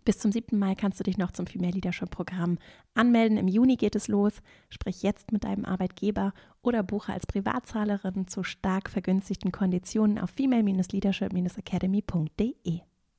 Bis zum 7. Mai kannst du dich noch zum Female Leadership Programm anmelden. Im Juni geht es los. Sprich jetzt mit deinem Arbeitgeber oder buche als Privatzahlerin zu stark vergünstigten Konditionen auf female-leadership-academy.de.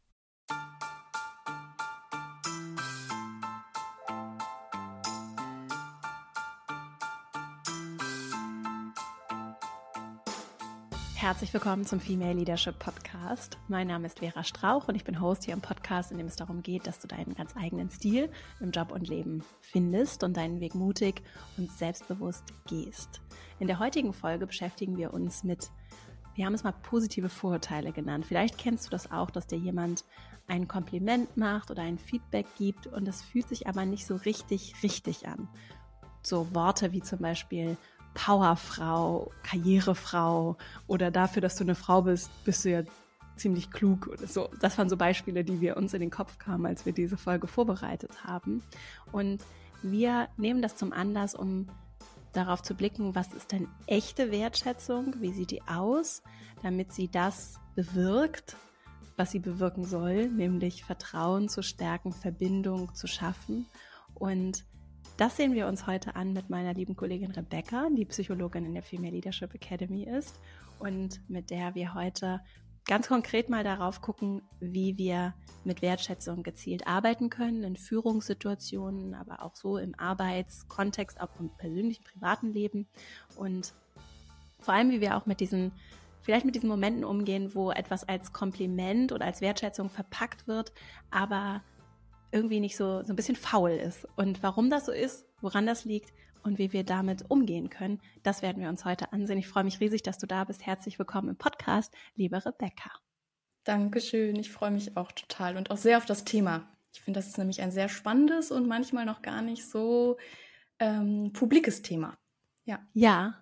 Herzlich willkommen zum Female Leadership Podcast. Mein Name ist Vera Strauch und ich bin Host hier im Podcast, in dem es darum geht, dass du deinen ganz eigenen Stil im Job und Leben findest und deinen Weg mutig und selbstbewusst gehst. In der heutigen Folge beschäftigen wir uns mit, wir haben es mal positive Vorurteile genannt. Vielleicht kennst du das auch, dass dir jemand ein Kompliment macht oder ein Feedback gibt und es fühlt sich aber nicht so richtig an. So Worte wie zum Beispiel Powerfrau, Karrierefrau oder dafür, dass du eine Frau bist, bist du ja ziemlich klug oder so. Das waren so Beispiele, die wir uns in den Kopf kamen, als wir diese Folge vorbereitet haben. Und wir nehmen das zum Anlass, um darauf zu blicken, was ist denn echte Wertschätzung, wie sieht die aus, damit sie das bewirkt, was sie bewirken soll, nämlich Vertrauen zu stärken, Verbindung zu schaffen. Und das sehen wir uns heute an mit meiner lieben Kollegin Rebecca, die Psychologin in der Female Leadership Academy ist und mit der wir heute ganz konkret mal darauf gucken, wie wir mit Wertschätzung gezielt arbeiten können in Führungssituationen, aber auch so im Arbeitskontext, auch im persönlichen, privaten Leben und vor allem, wie wir auch mit diesen Momenten umgehen, wo etwas als Kompliment oder als Wertschätzung verpackt wird, aber irgendwie nicht so ein bisschen faul ist. Und warum das so ist, woran das liegt und wie wir damit umgehen können, das werden wir uns heute ansehen. Ich freue mich riesig, dass du da bist. Herzlich willkommen im Podcast, liebe Rebecca. Dankeschön, ich freue mich auch total und auch sehr auf das Thema. Ich finde, das ist nämlich ein sehr spannendes und manchmal noch gar nicht so publikes Thema. Ja,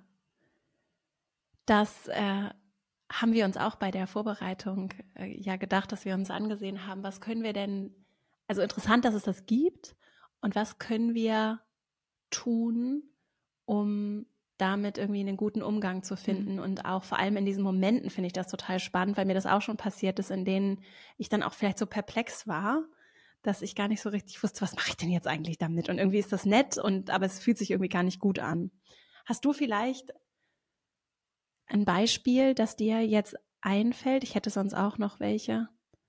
das haben wir uns auch bei der Vorbereitung gedacht, dass wir uns angesehen haben, was können wir denn. Also interessant, dass es das gibt und was können wir tun, um damit irgendwie einen guten Umgang zu finden und auch vor allem in diesen Momenten finde ich das total spannend, weil mir das auch schon passiert ist, in denen ich dann auch vielleicht so perplex war, dass ich gar nicht so richtig wusste, was mache ich denn jetzt eigentlich damit und irgendwie ist das nett aber es fühlt sich irgendwie gar nicht gut an. Hast du vielleicht ein Beispiel, das dir jetzt einfällt? Ich hätte sonst auch noch welche.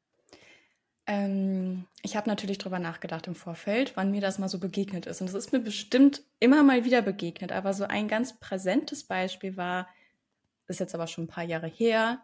Ich habe natürlich drüber nachgedacht im Vorfeld, wann mir das mal so begegnet ist. Und es ist mir bestimmt immer mal wieder begegnet. Aber so ein ganz präsentes Beispiel ist jetzt aber schon ein paar Jahre her,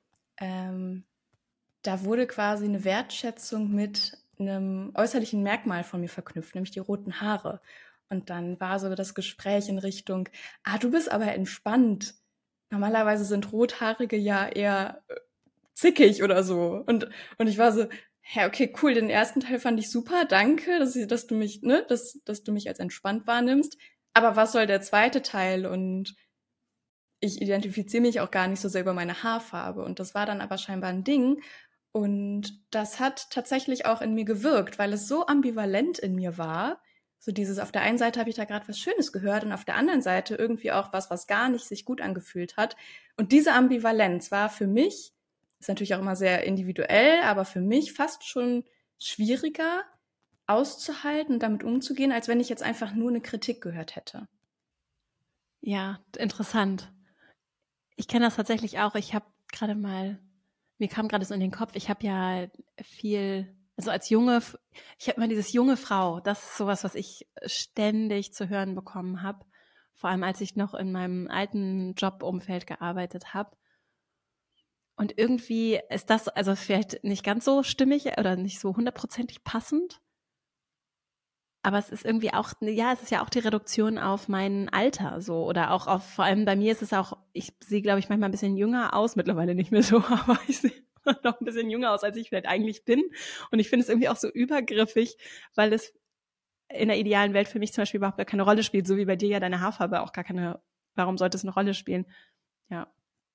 da wurde quasi eine Wertschätzung mit einem äußerlichen Merkmal von mir verknüpft, nämlich die roten Haare. Und dann war so das Gespräch in Richtung, du bist aber entspannt. Normalerweise sind Rothaarige ja eher zickig oder so. Und ich war so, ja, okay, cool, den ersten Teil fand ich super, danke, dass du mich, dass du mich als entspannt wahrnimmst. Aber was soll der zweite Teil? Und ich identifiziere mich auch gar nicht so sehr über meine Haarfarbe. Und das war dann aber scheinbar ein Ding. Und das hat tatsächlich auch in mir gewirkt, weil es so ambivalent in mir war. So dieses, auf der einen Seite habe ich da gerade was Schönes gehört und auf der anderen Seite irgendwie auch was gar nicht sich gut angefühlt hat. Und diese Ambivalenz war für mich, ist natürlich auch immer sehr individuell, aber für mich fast schon schwieriger auszuhalten und damit umzugehen, als wenn ich jetzt einfach nur eine Kritik gehört hätte. Ja, interessant. Ich kenne das tatsächlich auch. Mir kam gerade so in den Kopf, ich habe ja viel, also ich habe immer dieses junge Frau, das ist sowas, was ich ständig zu hören bekommen habe, vor allem als ich noch in meinem alten Jobumfeld gearbeitet habe. Und irgendwie ist das also vielleicht nicht ganz so stimmig oder nicht so 100%ig passend. Aber es ist irgendwie auch, es ist ja auch die Reduktion auf mein Alter so oder auch vor allem bei mir ist es auch, ich sehe, glaube ich, manchmal ein bisschen jünger aus, mittlerweile nicht mehr so, aber ich sehe noch ein bisschen jünger aus, als ich vielleicht eigentlich bin. Und ich finde es irgendwie auch so übergriffig, weil es in der idealen Welt für mich zum Beispiel überhaupt gar keine Rolle spielt, so wie bei dir ja deine Haarfarbe auch gar keine, warum sollte es eine Rolle spielen? Ja.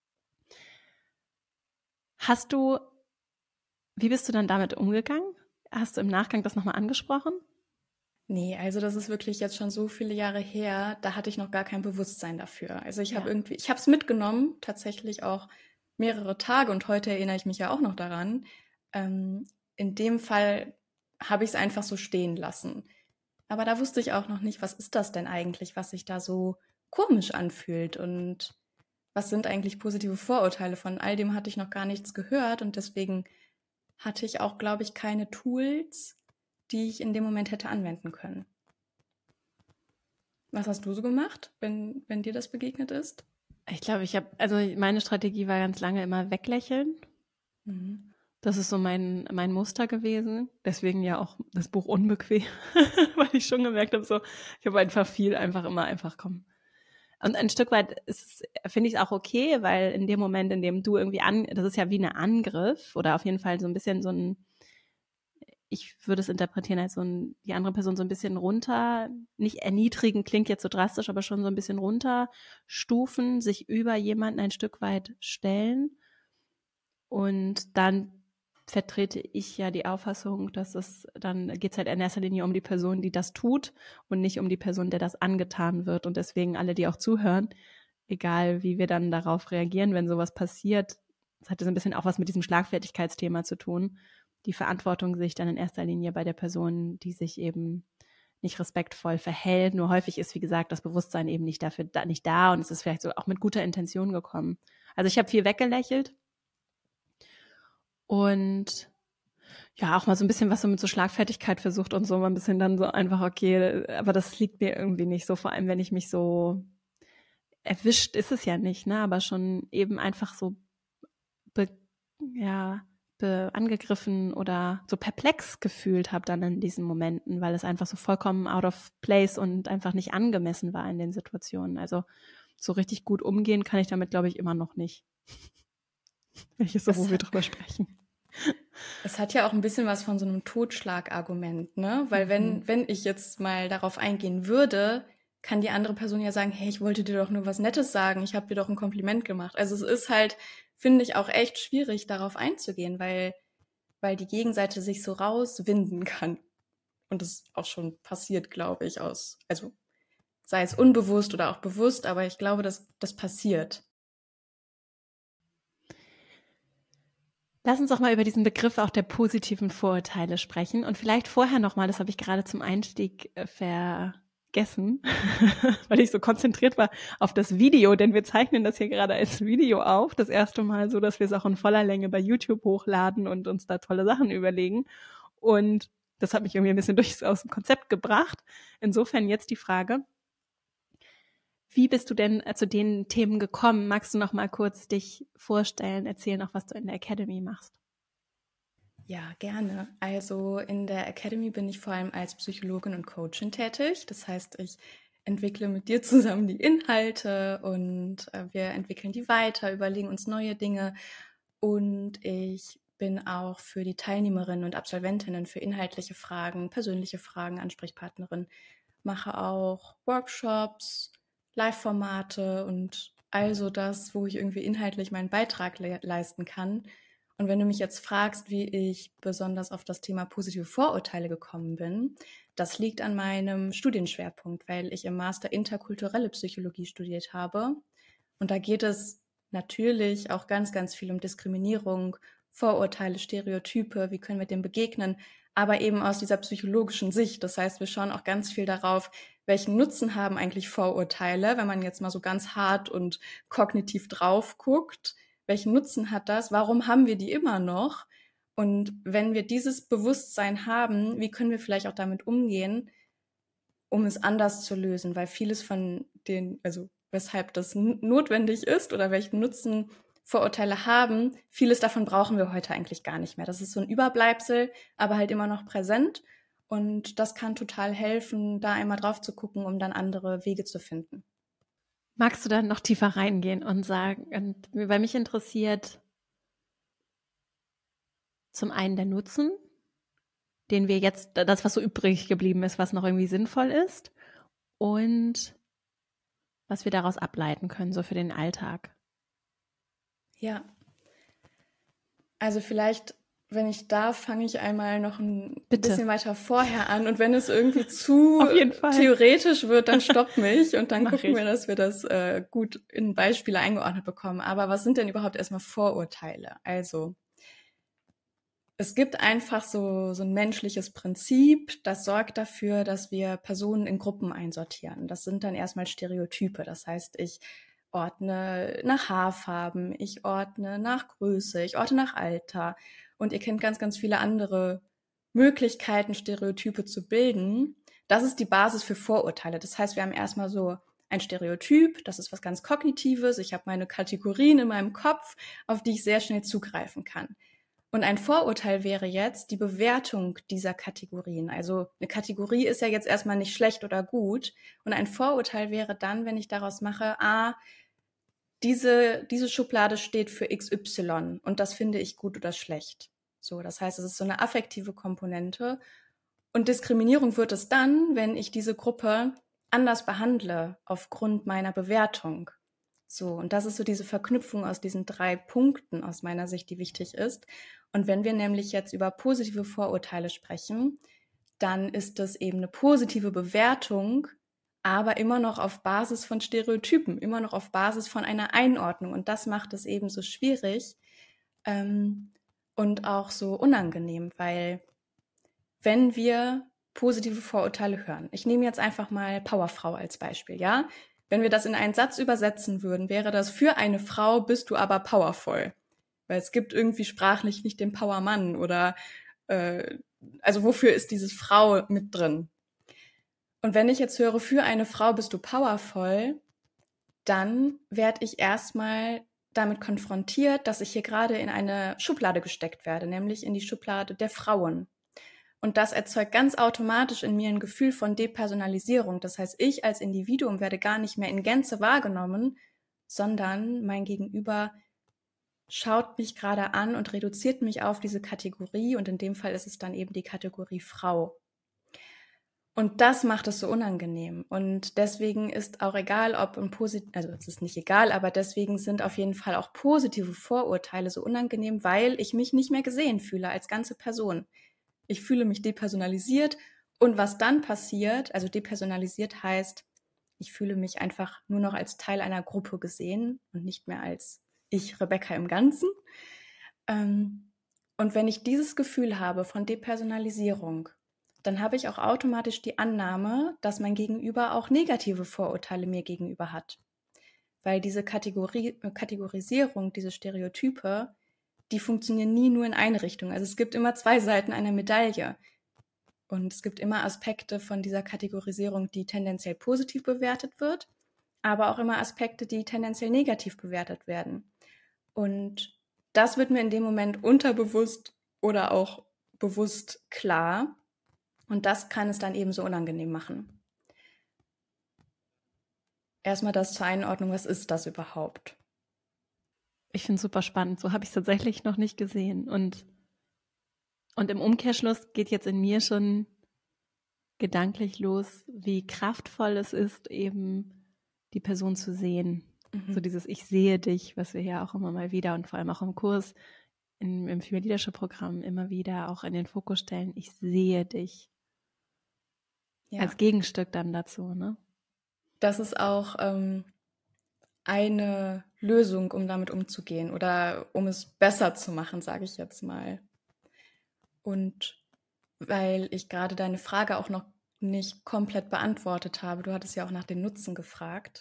Wie bist du dann damit umgegangen? Hast du im Nachgang das nochmal angesprochen? Nee, also das ist wirklich jetzt schon so viele Jahre her, da hatte ich noch gar kein Bewusstsein dafür. Also ich habe es mitgenommen, tatsächlich auch mehrere Tage und heute erinnere ich mich ja auch noch daran. In dem Fall habe ich es einfach so stehen lassen. Aber da wusste ich auch noch nicht, was ist das denn eigentlich, was sich da so komisch anfühlt und was sind eigentlich positive Vorurteile. Von all dem hatte ich noch gar nichts gehört und deswegen hatte ich auch, glaube ich, keine Tools, die ich in dem Moment hätte anwenden können. Was hast du so gemacht, wenn dir das begegnet ist? Ich glaube, also meine Strategie war ganz lange immer weglächeln. Mhm. Das ist so mein Muster gewesen. Deswegen ja auch das Buch Unbequem, weil ich schon gemerkt habe, so, ich habe einfach komm. Und ein Stück weit finde ich es auch okay, weil in dem Moment, in dem du irgendwie das ist ja wie ein Angriff oder auf jeden Fall so ein bisschen so ein, ich würde es interpretieren als die andere Person so ein bisschen runter, nicht erniedrigen, klingt jetzt so drastisch, aber schon so ein bisschen runterstufen, sich über jemanden ein Stück weit stellen. Und dann vertrete ich ja die Auffassung, dann geht es halt in erster Linie um die Person, die das tut und nicht um die Person, der das angetan wird. Und deswegen alle, die auch zuhören, egal wie wir dann darauf reagieren, wenn sowas passiert, das hat so ein bisschen auch was mit diesem Schlagfertigkeitsthema zu tun. Die Verantwortung sehe ich dann in erster Linie bei der Person, die sich eben nicht respektvoll verhält. Nur häufig ist, wie gesagt, das Bewusstsein eben nicht da und es ist vielleicht so auch mit guter Intention gekommen. Also ich habe viel weggelächelt und ja, auch mal so ein bisschen was so mit so Schlagfertigkeit versucht und so mal ein bisschen dann so einfach, okay, aber das liegt mir irgendwie nicht so, vor allem wenn ich mich so erwischt ist es ja nicht, ne, aber schon eben einfach so angegriffen oder so perplex gefühlt habe dann in diesen Momenten, weil es einfach so vollkommen out of place und einfach nicht angemessen war in den Situationen. Also so richtig gut umgehen kann ich damit, glaube ich, immer noch nicht. Welches so, wo wir drüber sprechen. Es hat ja auch ein bisschen was von so einem Totschlagargument, ne? Weil wenn ich jetzt mal darauf eingehen würde, kann die andere Person ja sagen, hey, ich wollte dir doch nur was Nettes sagen, ich habe dir doch ein Kompliment gemacht. Also es ist halt, finde ich, auch echt schwierig, darauf einzugehen, weil die Gegenseite sich so rauswinden kann. Und das ist auch schon passiert, glaube ich, also sei es unbewusst oder auch bewusst, aber ich glaube, dass das passiert. Lass uns doch mal über diesen Begriff auch der positiven Vorurteile sprechen und vielleicht vorher nochmal, das habe ich gerade zum Einstieg vergessen, weil ich so konzentriert war auf das Video, denn wir zeichnen das hier gerade als Video auf, das erste Mal so, dass wir es auch in voller Länge bei YouTube hochladen und uns da tolle Sachen überlegen und das hat mich irgendwie ein bisschen aus dem Konzept gebracht. Insofern jetzt die Frage, wie bist du denn zu den Themen gekommen? Magst du noch mal kurz dich vorstellen, erzählen auch, was du in der Academy machst? Ja, gerne. Also in der Academy bin ich vor allem als Psychologin und Coachin tätig. Das heißt, ich entwickle mit dir zusammen die Inhalte und wir entwickeln die weiter, überlegen uns neue Dinge. Und ich bin auch für die Teilnehmerinnen und Absolventinnen für inhaltliche Fragen, persönliche Fragen Ansprechpartnerin, mache auch Workshops, Live-Formate und also das, wo ich irgendwie inhaltlich meinen Beitrag leisten kann. Und wenn du mich jetzt fragst, wie ich besonders auf das Thema positive Vorurteile gekommen bin, das liegt an meinem Studienschwerpunkt, weil ich im Master interkulturelle Psychologie studiert habe. Und da geht es natürlich auch ganz, ganz viel um Diskriminierung, Vorurteile, Stereotype, wie können wir dem begegnen, aber eben aus dieser psychologischen Sicht. Das heißt, wir schauen auch ganz viel darauf, welchen Nutzen haben eigentlich Vorurteile, wenn man jetzt mal so ganz hart und kognitiv drauf guckt. Welchen Nutzen hat das? Warum haben wir die immer noch? Und wenn wir dieses Bewusstsein haben, wie können wir vielleicht auch damit umgehen, um es anders zu lösen? Weil vieles von den, also weshalb das notwendig ist oder welchen Nutzen Vorurteile haben, vieles davon brauchen wir heute eigentlich gar nicht mehr. Das ist so ein Überbleibsel, aber halt immer noch präsent. Und das kann total helfen, da einmal drauf zu gucken, um dann andere Wege zu finden. Magst du dann noch tiefer reingehen und sagen, weil mich interessiert zum einen der Nutzen, den wir jetzt, das, was so übrig geblieben ist, was noch irgendwie sinnvoll ist und was wir daraus ableiten können, so für den Alltag. Ja. Also vielleicht, wenn ich darf, fange ich einmal noch ein bisschen weiter vorher an. Und wenn es irgendwie zu theoretisch wird, dann stopp mich und dann gucken wir, dass wir das gut in Beispiele eingeordnet bekommen. Aber was sind denn überhaupt erstmal Vorurteile? Also Es gibt einfach so ein menschliches Prinzip, das sorgt dafür, dass wir Personen in Gruppen einsortieren. Das sind dann erstmal Stereotype. Das heißt, ich ordne nach Haarfarben, ich ordne nach Größe, ich ordne nach Alter. Und ihr kennt ganz, ganz viele andere Möglichkeiten, Stereotype zu bilden. Das ist die Basis für Vorurteile. Das heißt, wir haben erstmal so ein Stereotyp, das ist was ganz Kognitives. Ich habe meine Kategorien in meinem Kopf, auf die ich sehr schnell zugreifen kann. Und ein Vorurteil wäre jetzt die Bewertung dieser Kategorien. Also eine Kategorie ist ja jetzt erstmal nicht schlecht oder gut. Und ein Vorurteil wäre dann, wenn ich daraus mache, diese Schublade steht für XY und das finde ich gut oder schlecht. So, das heißt, es ist so eine affektive Komponente. Und Diskriminierung wird es dann, wenn ich diese Gruppe anders behandle aufgrund meiner Bewertung. So, und das ist so diese Verknüpfung aus diesen 3 Punkten aus meiner Sicht, die wichtig ist. Und wenn wir nämlich jetzt über positive Vorurteile sprechen, dann ist das eben eine positive Bewertung, aber immer noch auf Basis von Stereotypen, immer noch auf Basis von einer Einordnung. Und das macht es eben so schwierig und auch so unangenehm, weil wenn wir positive Vorurteile hören, ich nehme jetzt einfach mal Powerfrau als Beispiel, ja? Wenn wir das in einen Satz übersetzen würden, wäre das: Für eine Frau bist du aber powervoll. Weil es gibt irgendwie sprachlich nicht den Powermann oder also wofür ist dieses Frau mit drin? Und wenn ich jetzt höre, für eine Frau bist du powervoll, dann werde ich erstmal damit konfrontiert, dass ich hier gerade in eine Schublade gesteckt werde, nämlich in die Schublade der Frauen. Und das erzeugt ganz automatisch in mir ein Gefühl von Depersonalisierung. Das heißt, ich als Individuum werde gar nicht mehr in Gänze wahrgenommen, sondern mein Gegenüber schaut mich gerade an und reduziert mich auf diese Kategorie. Und in dem Fall ist es dann eben die Kategorie Frau. Und das macht es so unangenehm. Und deswegen ist auch egal, ob also es ist nicht egal, aber deswegen sind auf jeden Fall auch positive Vorurteile so unangenehm, weil ich mich nicht mehr gesehen fühle als ganze Person. Ich fühle mich depersonalisiert und was dann passiert, also depersonalisiert heißt, ich fühle mich einfach nur noch als Teil einer Gruppe gesehen und nicht mehr als ich, Rebecca, im Ganzen. Und wenn ich dieses Gefühl habe von Depersonalisierung, dann habe ich auch automatisch die Annahme, dass mein Gegenüber auch negative Vorurteile mir gegenüber hat. Weil diese Kategorisierung, diese Stereotype, die funktionieren nie nur in eine Richtung. Also es gibt immer 2 Seiten einer Medaille. Und es gibt immer Aspekte von dieser Kategorisierung, die tendenziell positiv bewertet wird, aber auch immer Aspekte, die tendenziell negativ bewertet werden. Und das wird mir in dem Moment unterbewusst oder auch bewusst klar. Und das kann es dann eben so unangenehm machen. Erstmal das zur Einordnung, was ist das überhaupt? Ich finde es super spannend. So habe ich es tatsächlich noch nicht gesehen. Und im Umkehrschluss geht jetzt in mir schon gedanklich los, wie kraftvoll es ist, eben die Person zu sehen. So dieses Ich sehe dich, was wir ja auch immer mal wieder und vor allem auch im Kurs, im Female Leadership Programm immer wieder auch in den Fokus stellen. Ich sehe dich. Ja. Als Gegenstück dann dazu, ne? Das ist auch eine Lösung, um damit umzugehen oder um es besser zu machen, sage ich jetzt mal. Und weil ich gerade deine Frage auch noch nicht komplett beantwortet habe, du hattest ja auch nach dem Nutzen gefragt.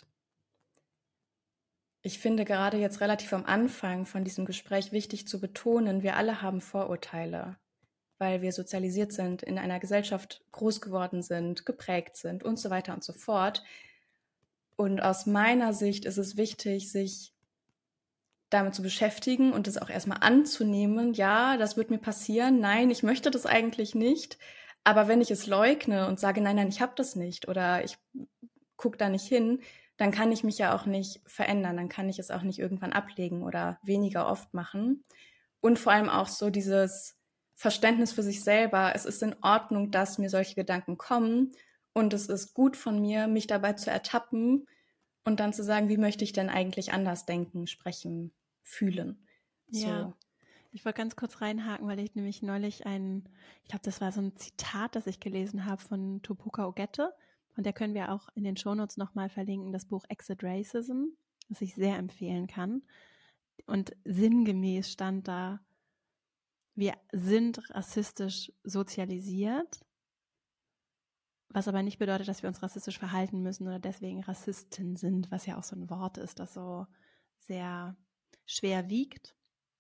Ich finde gerade jetzt relativ am Anfang von diesem Gespräch wichtig zu betonen, wir alle haben Vorurteile, weil wir sozialisiert sind, in einer Gesellschaft groß geworden sind, geprägt sind und so weiter und so fort. Und aus meiner Sicht ist es wichtig, sich damit zu beschäftigen und das auch erstmal anzunehmen. Ja, das wird mir passieren. Nein, ich möchte das eigentlich nicht. Aber wenn ich es leugne und sage, nein, ich habe das nicht oder ich gucke da nicht hin, dann kann ich mich ja auch nicht verändern. Dann kann ich es auch nicht irgendwann ablegen oder weniger oft machen. Und vor allem auch so dieses Verständnis für sich selber. Es ist in Ordnung, dass mir solche Gedanken kommen. Und es ist gut von mir, mich dabei zu ertappen und dann zu sagen, wie möchte ich denn eigentlich anders denken, sprechen, fühlen. Ja, so. Ich wollte ganz kurz reinhaken, weil ich nämlich neulich ich glaube, das war so ein Zitat, das ich gelesen habe von Tupoka Ogette. Und der können wir auch in den Shownotes nochmal verlinken, das Buch Exit Racism, das ich sehr empfehlen kann. Und sinngemäß stand da: wir sind rassistisch sozialisiert, was aber nicht bedeutet, dass wir uns rassistisch verhalten müssen oder deswegen Rassisten sind, was ja auch so ein Wort ist, das so sehr schwer wiegt.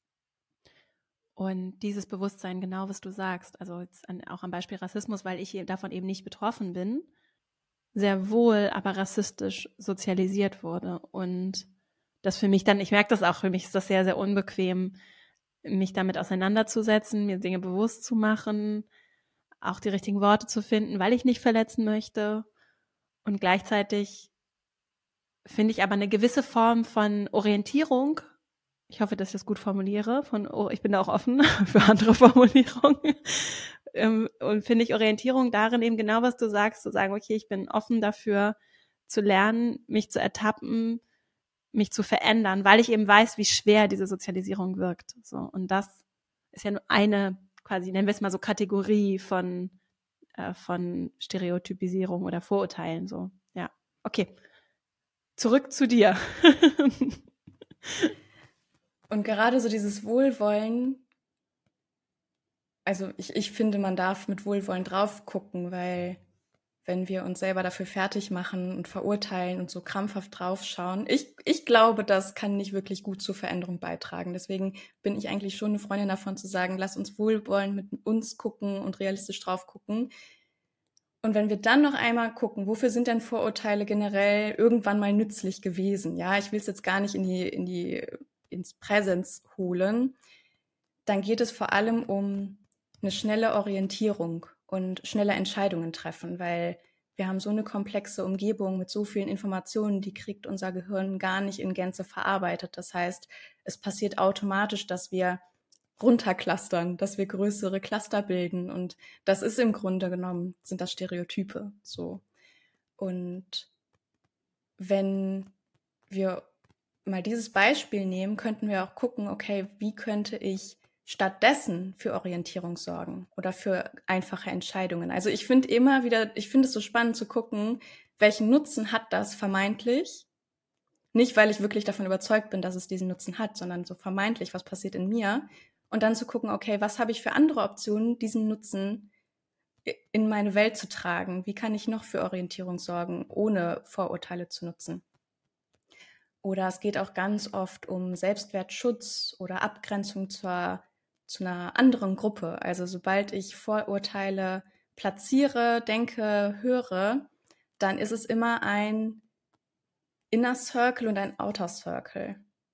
Und dieses Bewusstsein, genau was du sagst, also jetzt auch am Beispiel Rassismus, weil ich davon eben nicht betroffen bin, sehr wohl aber rassistisch sozialisiert wurde. Und das für mich dann, ich merke das auch, für mich ist das sehr, sehr unbequem, mich damit auseinanderzusetzen, mir Dinge bewusst zu machen, auch die richtigen Worte zu finden, weil ich nicht verletzen möchte. Und gleichzeitig finde ich aber eine gewisse Form von Orientierung, ich hoffe, dass ich das gut formuliere, ich bin da auch offen für andere Formulierungen, und finde ich Orientierung darin eben genau, was du sagst, zu sagen, okay, ich bin offen dafür, zu lernen, mich zu ertappen, mich zu verändern, weil ich eben weiß, wie schwer diese Sozialisierung wirkt. So, und das ist ja nur eine, quasi, nennen wir es mal so, Kategorie von Stereotypisierung oder Vorurteilen. So, ja. Okay. Zurück zu dir. Und gerade so dieses Wohlwollen, also ich finde, man darf mit Wohlwollen drauf gucken, weil wenn wir uns selber dafür fertig machen und verurteilen und so krampfhaft draufschauen, ich glaube, das kann nicht wirklich gut zur Veränderung beitragen. Deswegen bin ich eigentlich schon eine Freundin davon zu sagen, lass uns wohlwollend mit uns gucken und realistisch drauf gucken. Und wenn wir dann noch einmal gucken, wofür sind denn Vorurteile generell irgendwann mal nützlich gewesen? Ja, ich will es jetzt gar nicht ins Präsens holen. Dann geht es vor allem um eine schnelle Orientierung und schnelle Entscheidungen treffen, weil wir haben so eine komplexe Umgebung mit so vielen Informationen, die kriegt unser Gehirn gar nicht in Gänze verarbeitet. Das heißt, es passiert automatisch, dass wir runterclustern, dass wir größere Cluster bilden, und das ist im Grunde genommen, sind das Stereotype so. Und wenn wir mal dieses Beispiel nehmen, könnten wir auch gucken, okay, wie könnte ich stattdessen für Orientierung sorgen oder für einfache Entscheidungen. Also ich finde es so spannend zu gucken, welchen Nutzen hat das vermeintlich? Nicht, weil ich wirklich davon überzeugt bin, dass es diesen Nutzen hat, sondern so vermeintlich, was passiert in mir? Und dann zu gucken, okay, was habe ich für andere Optionen, diesen Nutzen in meine Welt zu tragen? Wie kann ich noch für Orientierung sorgen, ohne Vorurteile zu nutzen? Oder es geht auch ganz oft um Selbstwertschutz oder Abgrenzung zu einer anderen Gruppe. Also sobald ich Vorurteile platziere, denke, höre, dann ist es immer ein Inner Circle und ein Outer Circle.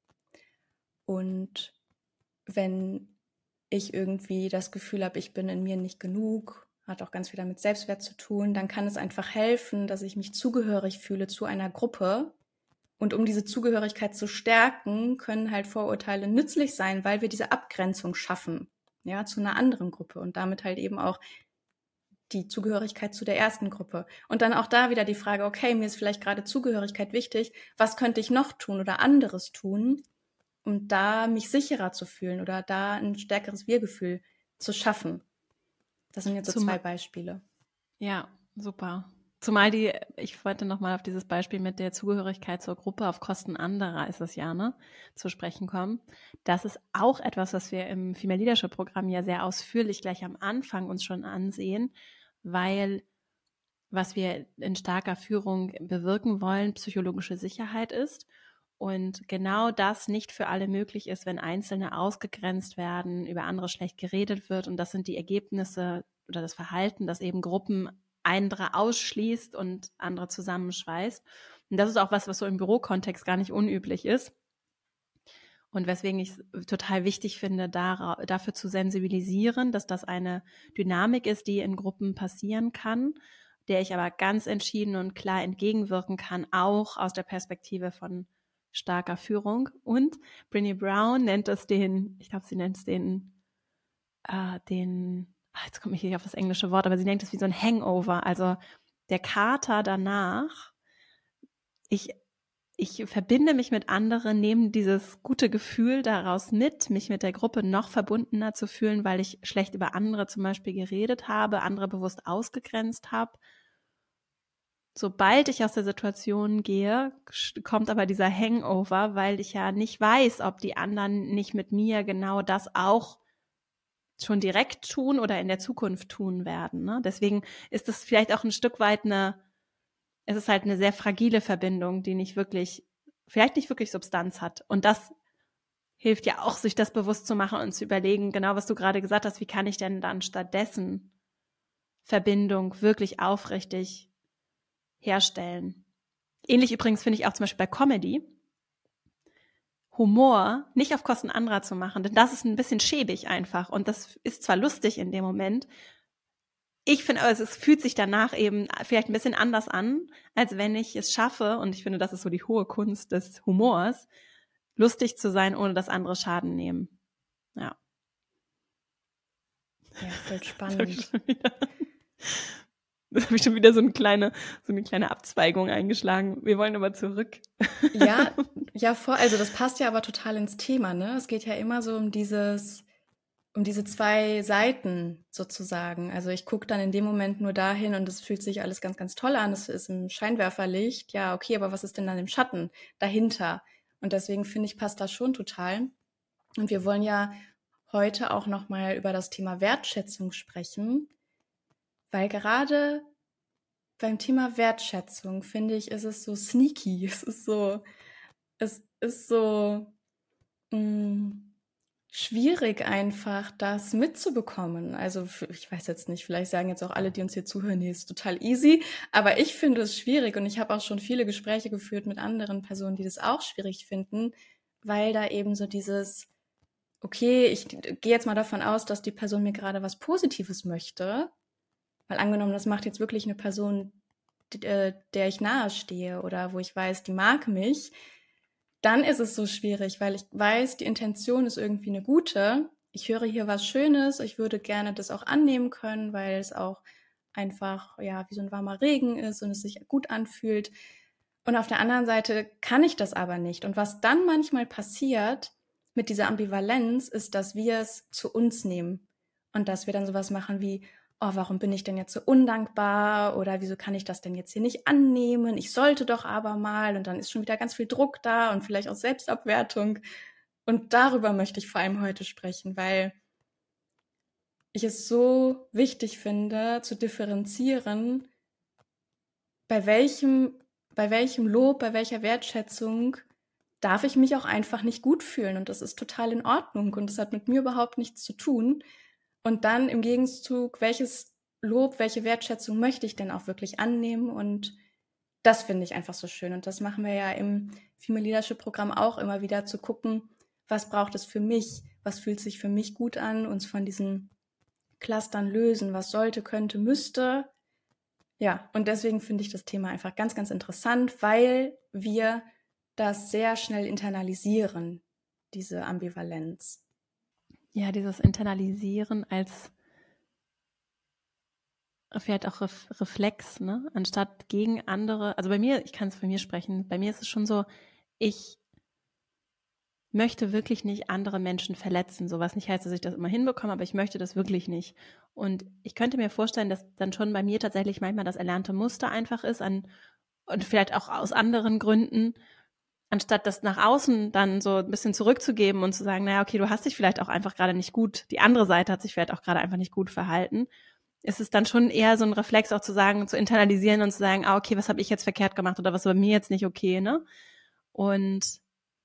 Und wenn ich irgendwie das Gefühl habe, ich bin in mir nicht genug, hat auch ganz viel mit Selbstwert zu tun, dann kann es einfach helfen, dass ich mich zugehörig fühle zu einer Gruppe. Und um diese Zugehörigkeit zu stärken, können halt Vorurteile nützlich sein, weil wir diese Abgrenzung schaffen, ja, zu einer anderen Gruppe und damit halt eben auch die Zugehörigkeit zu der ersten Gruppe. Und dann auch da wieder die Frage, okay, mir ist vielleicht gerade Zugehörigkeit wichtig, was könnte ich noch tun oder anderes tun, um da mich sicherer zu fühlen oder da ein stärkeres Wir-Gefühl zu schaffen. Das sind jetzt so zwei Beispiele. Ja, super. Zumal ich wollte nochmal auf dieses Beispiel mit der Zugehörigkeit zur Gruppe auf Kosten anderer ist es ja, ne, zu sprechen kommen. Das ist auch etwas, was wir im Female Leadership Programm ja sehr ausführlich gleich am Anfang uns schon ansehen, weil was wir in starker Führung bewirken wollen, psychologische Sicherheit ist. Und genau das nicht für alle möglich ist, wenn Einzelne ausgegrenzt werden, über andere schlecht geredet wird. Und das sind die Ergebnisse oder das Verhalten, das eben Gruppen andere ausschließt und andere zusammenschweißt. Und das ist auch was so im Bürokontext gar nicht unüblich ist. Und weswegen ich es total wichtig finde, dafür zu sensibilisieren, dass das eine Dynamik ist, die in Gruppen passieren kann, der ich aber ganz entschieden und klar entgegenwirken kann, auch aus der Perspektive von starker Führung. Und Brené Brown nennt es ich glaube, sie nennt es jetzt komme ich nicht auf das englische Wort, aber sie nennt es wie so ein Hangover, also der Kater danach. Ich verbinde mich mit anderen, nehme dieses gute Gefühl daraus mit, mich mit der Gruppe noch verbundener zu fühlen, weil ich schlecht über andere zum Beispiel geredet habe, andere bewusst ausgegrenzt habe. Sobald ich aus der Situation gehe, kommt aber dieser Hangover, weil ich ja nicht weiß, ob die anderen nicht mit mir genau das auch schon direkt tun oder in der Zukunft tun werden. Ne? Deswegen ist es vielleicht auch ein Stück weit es ist halt eine sehr fragile Verbindung, die vielleicht nicht wirklich Substanz hat. Und das hilft ja auch, sich das bewusst zu machen und zu überlegen, genau was du gerade gesagt hast, wie kann ich denn dann stattdessen Verbindung wirklich aufrichtig herstellen. Ähnlich übrigens finde ich auch zum Beispiel bei Comedy, Humor nicht auf Kosten anderer zu machen, denn das ist ein bisschen schäbig einfach und das ist zwar lustig in dem Moment, ich finde aber, es fühlt sich danach eben vielleicht ein bisschen anders an, als wenn ich es schaffe, und ich finde, das ist so die hohe Kunst des Humors, lustig zu sein, ohne dass andere Schaden nehmen. Ja. Ja, voll spannend. Da habe ich schon wieder so eine kleine Abzweigung eingeschlagen. Wir wollen aber zurück. Ja, voll. Also das passt ja aber total ins Thema, ne? Es geht ja immer so um diese zwei Seiten sozusagen. Also ich gucke dann in dem Moment nur dahin und es fühlt sich alles ganz, ganz toll an. Es ist im Scheinwerferlicht. Ja, okay, aber was ist denn dann im Schatten dahinter? Und deswegen finde ich, passt das schon total. Und wir wollen ja heute auch nochmal über das Thema Wertschätzung sprechen, weil gerade beim Thema Wertschätzung, finde ich, ist es so sneaky. Es ist so schwierig einfach, das mitzubekommen. Also ich weiß jetzt nicht, vielleicht sagen jetzt auch alle, die uns hier zuhören, nee, ist total easy, aber ich finde es schwierig und ich habe auch schon viele Gespräche geführt mit anderen Personen, die das auch schwierig finden, weil da eben so dieses, okay, ich gehe jetzt mal davon aus, dass die Person mir gerade was Positives möchte, weil angenommen, das macht jetzt wirklich eine Person, der ich nahe stehe oder wo ich weiß, die mag mich, dann ist es so schwierig, weil ich weiß, die Intention ist irgendwie eine gute. Ich höre hier was Schönes, ich würde gerne das auch annehmen können, weil es auch einfach, ja, wie so ein warmer Regen ist und es sich gut anfühlt. Und auf der anderen Seite kann ich das aber nicht. Und was dann manchmal passiert mit dieser Ambivalenz, ist, dass wir es zu uns nehmen und dass wir dann sowas machen wie, oh, warum bin ich denn jetzt so undankbar oder wieso kann ich das denn jetzt hier nicht annehmen? Ich sollte doch aber mal und dann ist schon wieder ganz viel Druck da und vielleicht auch Selbstabwertung. Und darüber möchte ich vor allem heute sprechen, weil ich es so wichtig finde, zu differenzieren, bei welchem Lob, bei welcher Wertschätzung darf ich mich auch einfach nicht gut fühlen und das ist total in Ordnung und das hat mit mir überhaupt nichts zu tun. Und dann im Gegenzug, welches Lob, welche Wertschätzung möchte ich denn auch wirklich annehmen? Und das finde ich einfach so schön. Und das machen wir ja im Female Leadership Programm auch immer wieder, zu gucken, was braucht es für mich? Was fühlt sich für mich gut an? Uns von diesen Clustern lösen, was sollte, könnte, müsste. Ja, und deswegen finde ich das Thema einfach ganz, ganz interessant, weil wir das sehr schnell internalisieren, diese Ambivalenz. Ja, dieses Internalisieren als vielleicht auch Reflex, ne? Anstatt gegen andere. Also bei mir, ich kann es von mir sprechen, bei mir ist es schon so, ich möchte wirklich nicht andere Menschen verletzen. So, was nicht heißt, dass ich das immer hinbekomme, aber ich möchte das wirklich nicht. Und ich könnte mir vorstellen, dass dann schon bei mir tatsächlich manchmal das erlernte Muster einfach ist und vielleicht auch aus anderen Gründen, anstatt das nach außen dann so ein bisschen zurückzugeben und zu sagen, naja, okay, du hast dich vielleicht auch einfach gerade nicht gut, die andere Seite hat sich vielleicht auch gerade einfach nicht gut verhalten, ist es dann schon eher so ein Reflex auch zu sagen, zu internalisieren und zu sagen, okay, was habe ich jetzt verkehrt gemacht oder was war bei mir jetzt nicht okay, ne? Und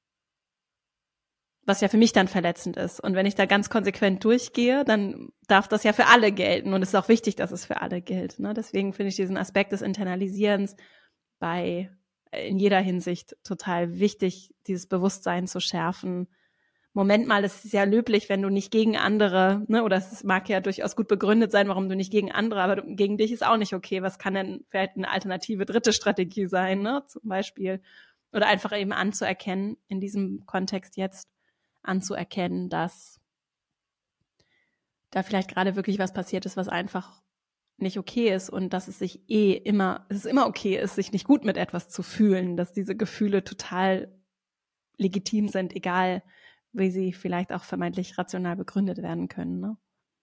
was ja für mich dann verletzend ist. Und wenn ich da ganz konsequent durchgehe, dann darf das ja für alle gelten. Und es ist auch wichtig, dass es für alle gilt. Ne? Deswegen finde ich diesen Aspekt des Internalisierens in jeder Hinsicht total wichtig, dieses Bewusstsein zu schärfen. Moment mal, es ist ja löblich, wenn du nicht gegen andere, ne, oder es mag ja durchaus gut begründet sein, warum du nicht gegen andere, aber gegen dich ist auch nicht okay. Was kann denn vielleicht eine alternative dritte Strategie sein, ne, zum Beispiel? Oder einfach eben anzuerkennen, in diesem Kontext jetzt anzuerkennen, dass da vielleicht gerade wirklich was passiert ist, was einfach nicht okay ist und dass es immer okay ist, sich nicht gut mit etwas zu fühlen, dass diese Gefühle total legitim sind, egal wie sie vielleicht auch vermeintlich rational begründet werden können. Ne?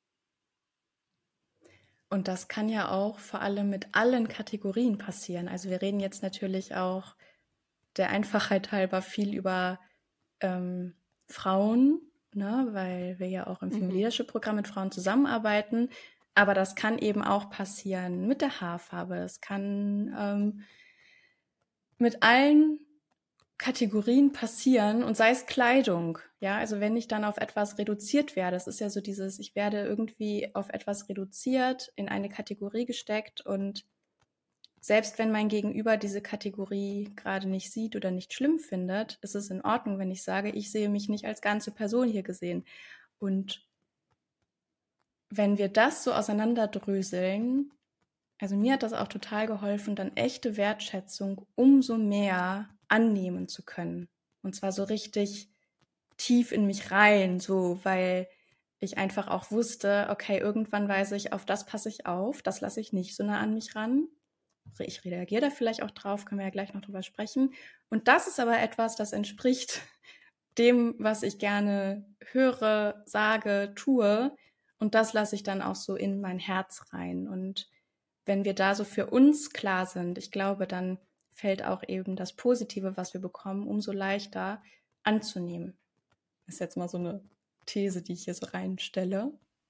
Und das kann ja auch vor allem mit allen Kategorien passieren. Also wir reden jetzt natürlich auch der Einfachheit halber viel über Frauen, ne, weil wir ja auch im Female Leadership Programm mit Frauen zusammenarbeiten. Aber das kann eben auch passieren mit der Haarfarbe. Es kann mit allen Kategorien passieren und sei es Kleidung. Ja, also wenn ich dann auf etwas reduziert werde, das ist ja so dieses, ich werde irgendwie auf etwas reduziert, in eine Kategorie gesteckt und selbst wenn mein Gegenüber diese Kategorie gerade nicht sieht oder nicht schlimm findet, ist es in Ordnung, wenn ich sage, ich sehe mich nicht als ganze Person hier gesehen. Und wenn wir das so auseinanderdröseln, also mir hat das auch total geholfen, dann echte Wertschätzung umso mehr annehmen zu können. Und zwar so richtig tief in mich rein, so, weil ich einfach auch wusste, okay, irgendwann weiß ich, auf das passe ich auf, das lasse ich nicht so nah an mich ran. Ich reagiere da vielleicht auch drauf, können wir ja gleich noch drüber sprechen. Und das ist aber etwas, das entspricht dem, was ich gerne höre, sage, tue. Und das lasse ich dann auch so in mein Herz rein. Und wenn wir da so für uns klar sind, ich glaube, dann fällt auch eben das Positive, was wir bekommen, umso leichter anzunehmen. Das ist jetzt mal so eine These, die ich hier so reinstelle.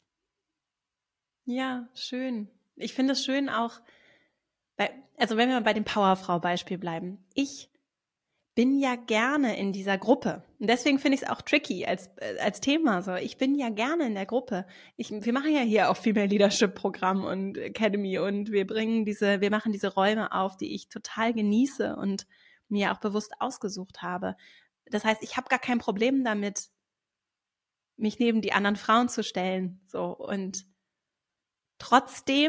Ja, schön. Ich finde es schön auch, also wenn wir mal bei dem Powerfrau-Beispiel bleiben. Ich bin ja gerne in dieser Gruppe. Und deswegen finde ich es auch tricky als Thema. So, ich bin ja gerne in der Gruppe. Wir machen ja hier auch Female Leadership Programm und Academy und wir machen diese Räume auf, die ich total genieße und mir auch bewusst ausgesucht habe. Das heißt, ich habe gar kein Problem damit, mich neben die anderen Frauen zu stellen. So, und trotzdem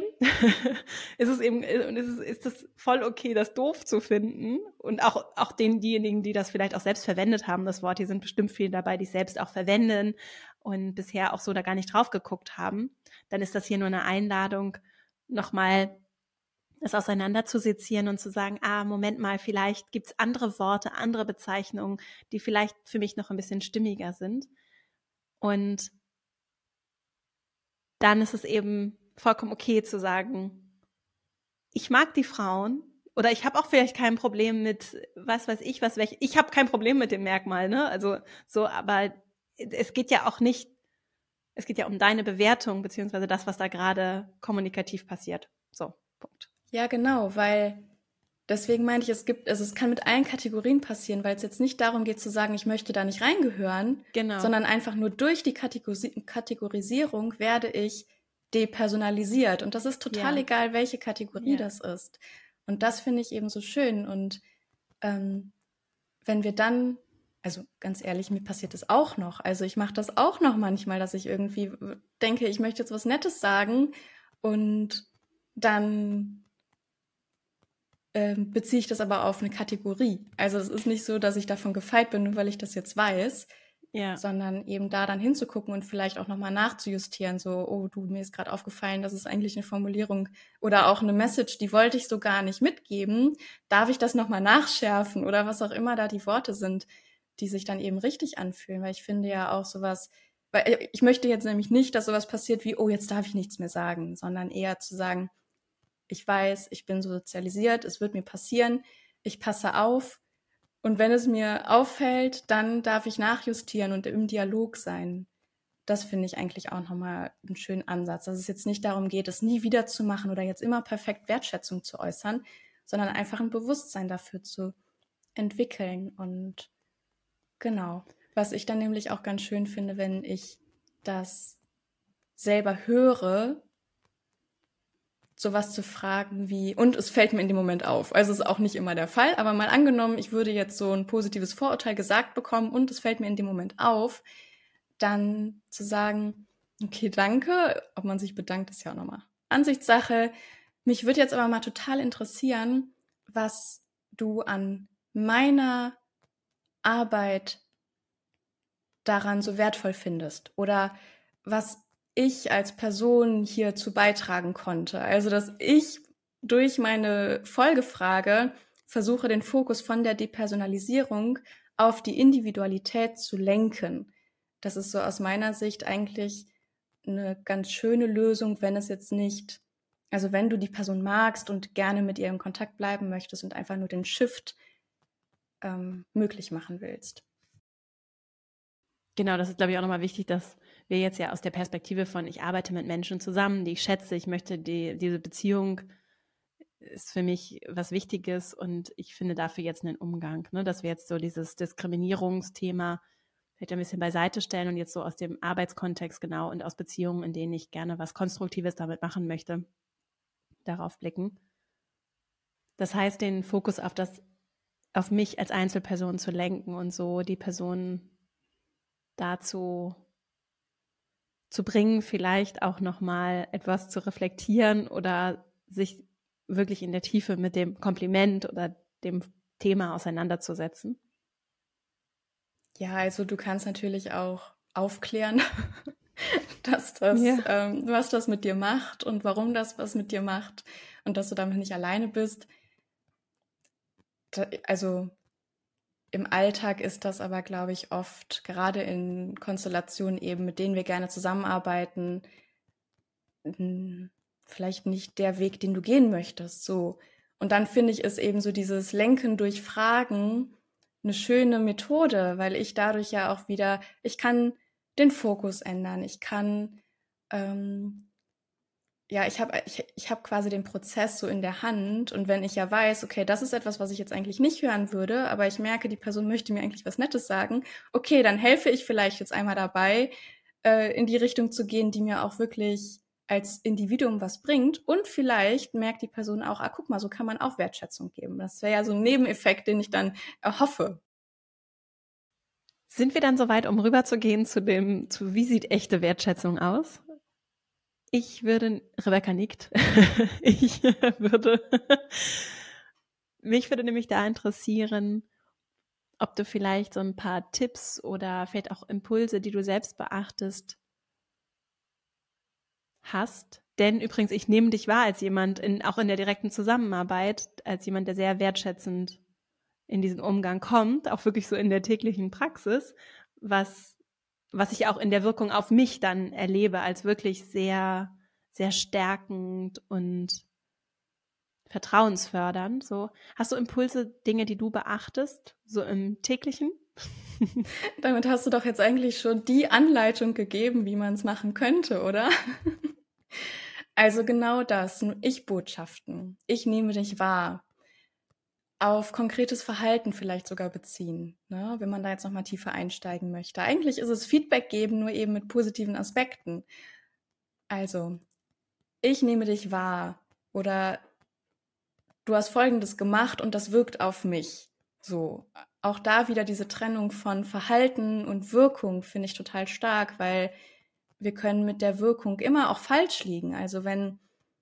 ist es voll okay, das doof zu finden und auch diejenigen, die das vielleicht auch selbst verwendet haben, das Wort, hier sind bestimmt viele dabei, die es selbst auch verwenden und bisher auch so da gar nicht drauf geguckt haben, dann ist das hier nur eine Einladung, nochmal es auseinander zu sezieren und zu sagen, Moment mal, vielleicht gibt's andere Worte, andere Bezeichnungen, die vielleicht für mich noch ein bisschen stimmiger sind und dann ist es eben vollkommen okay zu sagen, ich mag die Frauen oder ich habe auch vielleicht kein Problem mit, was weiß ich, ich habe kein Problem mit dem Merkmal, ne? Also so, aber es geht ja um deine Bewertung beziehungsweise das, was da gerade kommunikativ passiert. So, Punkt. Ja, genau, weil deswegen meinte ich, es kann mit allen Kategorien passieren, weil es jetzt nicht darum geht zu sagen, ich möchte da nicht reingehören, Genau. sondern einfach nur durch die Kategorisierung werde ich depersonalisiert. Und das ist total egal, welche Kategorie das ist. Und das finde ich eben so schön. Und wenn wir dann, also ganz ehrlich, mir passiert das auch noch. Also ich mache das auch noch manchmal, dass ich irgendwie denke, ich möchte jetzt was Nettes sagen und dann beziehe ich das aber auf eine Kategorie. Also es ist nicht so, dass ich davon gefeit bin, nur weil ich das jetzt weiß, sondern eben da dann hinzugucken und vielleicht auch nochmal nachzujustieren, so, oh du, mir ist gerade aufgefallen, das ist eigentlich eine Formulierung oder auch eine Message, die wollte ich so gar nicht mitgeben. Darf ich das nochmal nachschärfen oder was auch immer da die Worte sind, die sich dann eben richtig anfühlen, weil ich finde ja auch sowas, weil ich möchte jetzt nämlich nicht, dass sowas passiert wie, oh, jetzt darf ich nichts mehr sagen, sondern eher zu sagen, ich weiß, ich bin so sozialisiert, es wird mir passieren, ich passe auf und wenn es mir auffällt, dann darf ich nachjustieren und im Dialog sein. Das finde ich eigentlich auch nochmal einen schönen Ansatz, dass es jetzt nicht darum geht, es nie wieder zu machen oder jetzt immer perfekt Wertschätzung zu äußern, sondern einfach ein Bewusstsein dafür zu entwickeln. Und genau, was ich dann nämlich auch ganz schön finde, wenn ich das selber höre, sowas zu fragen wie, und es fällt mir in dem Moment auf. Also ist auch nicht immer der Fall, aber mal angenommen, ich würde jetzt so ein positives Vorurteil gesagt bekommen und es fällt mir in dem Moment auf, dann zu sagen, okay, danke, ob man sich bedankt, ist ja auch nochmal Ansichtssache. Mich würde jetzt aber mal total interessieren, was du an meiner Arbeit daran so wertvoll findest oder was ich als Person hierzu beitragen konnte. Also, dass ich durch meine Folgefrage versuche, den Fokus von der Depersonalisierung auf die Individualität zu lenken. Das ist so aus meiner Sicht eigentlich eine ganz schöne Lösung, wenn es jetzt nicht, also wenn du die Person magst und gerne mit ihr in Kontakt bleiben möchtest und einfach nur den Shift möglich machen willst. Genau, das ist, glaube ich, auch nochmal wichtig, dass wir jetzt ja aus der Perspektive von, ich arbeite mit Menschen zusammen, die ich schätze, ich möchte diese Beziehung ist für mich was Wichtiges und ich finde dafür jetzt einen Umgang, ne? Dass wir jetzt so dieses Diskriminierungsthema vielleicht ein bisschen beiseite stellen und jetzt so aus dem Arbeitskontext genau und aus Beziehungen, in denen ich gerne was Konstruktives damit machen möchte, darauf blicken. Das heißt, den Fokus auf mich als Einzelperson zu lenken und so die Person dazu zu bringen, vielleicht auch nochmal etwas zu reflektieren oder sich wirklich in der Tiefe mit dem Kompliment oder dem Thema auseinanderzusetzen. Ja, also du kannst natürlich auch aufklären, dass das, was das mit dir macht und warum das was mit dir macht und dass du damit nicht alleine bist. Also im Alltag ist das aber, glaube ich, oft, gerade in Konstellationen eben, mit denen wir gerne zusammenarbeiten, vielleicht nicht der Weg, den du gehen möchtest. So. Und dann finde ich, ist eben so dieses Lenken durch Fragen eine schöne Methode, weil ich dadurch ja auch wieder, ich kann den Fokus ändern, ich kann, ich hab quasi den Prozess so in der Hand und wenn ich ja weiß, okay, das ist etwas, was ich jetzt eigentlich nicht hören würde, aber ich merke, die Person möchte mir eigentlich was Nettes sagen, okay, dann helfe ich vielleicht jetzt einmal dabei, in die Richtung zu gehen, die mir auch wirklich als Individuum was bringt und vielleicht merkt die Person auch, guck mal, so kann man auch Wertschätzung geben. Das wäre ja so ein Nebeneffekt, den ich dann erhoffe. Sind wir dann soweit, um rüberzugehen zu wie sieht echte Wertschätzung aus? Rebecca nickt, mich würde nämlich da interessieren, ob du vielleicht so ein paar Tipps oder vielleicht auch Impulse, die du selbst beachtest, hast. Denn übrigens, ich nehme dich wahr als jemand, auch in der direkten Zusammenarbeit, als jemand, der sehr wertschätzend in diesen Umgang kommt, auch wirklich so in der täglichen Praxis, was ich auch in der Wirkung auf mich dann erlebe, als wirklich sehr, sehr stärkend und vertrauensfördernd. So, hast du Impulse, Dinge, die du beachtest, so im täglichen? Damit hast du doch jetzt eigentlich schon die Anleitung gegeben, wie man es machen könnte, oder? Also genau das, Ich-Botschaften. Ich nehme dich wahr. Auf konkretes Verhalten vielleicht sogar beziehen, ne? Wenn man da jetzt nochmal tiefer einsteigen möchte. Eigentlich ist es Feedback geben, nur eben mit positiven Aspekten. Also, ich nehme dich wahr oder du hast Folgendes gemacht und das wirkt auf mich. So, auch da wieder diese Trennung von Verhalten und Wirkung finde ich total stark, weil wir können mit der Wirkung immer auch falsch liegen. Also wenn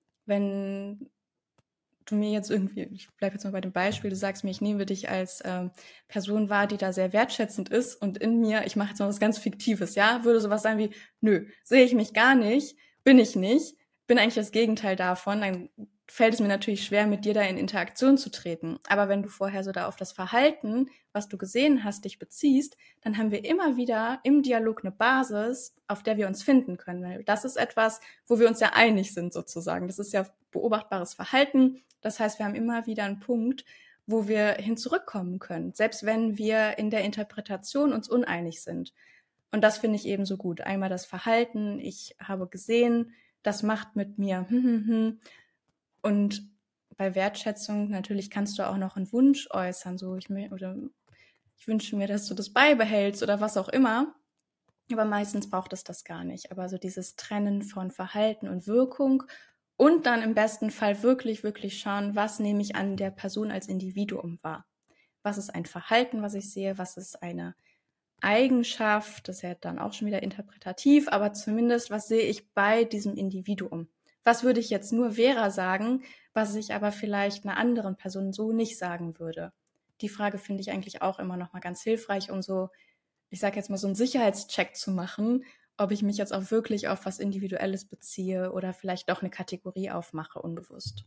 du mir jetzt irgendwie, ich bleibe jetzt mal bei dem Beispiel, du sagst mir, ich nehme dich als Person wahr, die da sehr wertschätzend ist und in mir, ich mache jetzt mal was ganz Fiktives, ja, würde sowas sein wie, nö, sehe ich mich gar nicht, bin ich nicht, bin eigentlich das Gegenteil davon, dann fällt es mir natürlich schwer, mit dir da in Interaktion zu treten. Aber wenn du vorher so da auf das Verhalten, was du gesehen hast, dich beziehst, dann haben wir immer wieder im Dialog eine Basis, auf der wir uns finden können. Weil das ist etwas, wo wir uns ja einig sind sozusagen. Das ist ja beobachtbares Verhalten. Das heißt, wir haben immer wieder einen Punkt, wo wir hin zurückkommen können, selbst wenn wir in der Interpretation uns uneinig sind. Und das finde ich eben so gut. Einmal das Verhalten. Ich habe gesehen, das macht mit mir. Und bei Wertschätzung natürlich kannst du auch noch einen Wunsch äußern, so ich wünsche mir, dass du das beibehältst oder was auch immer. Aber meistens braucht es das gar nicht. Aber so dieses Trennen von Verhalten und Wirkung und dann im besten Fall wirklich, wirklich schauen, was nehme ich an der Person als Individuum wahr? Was ist ein Verhalten, was ich sehe? Was ist eine Eigenschaft? Das ist ja dann auch schon wieder interpretativ, aber zumindest, was sehe ich bei diesem Individuum? Was würde ich jetzt nur Vera sagen, was ich aber vielleicht einer anderen Person so nicht sagen würde? Die Frage finde ich eigentlich auch immer noch mal ganz hilfreich, um so, ich sage jetzt mal, so einen Sicherheitscheck zu machen, ob ich mich jetzt auch wirklich auf was Individuelles beziehe oder vielleicht doch eine Kategorie aufmache, unbewusst.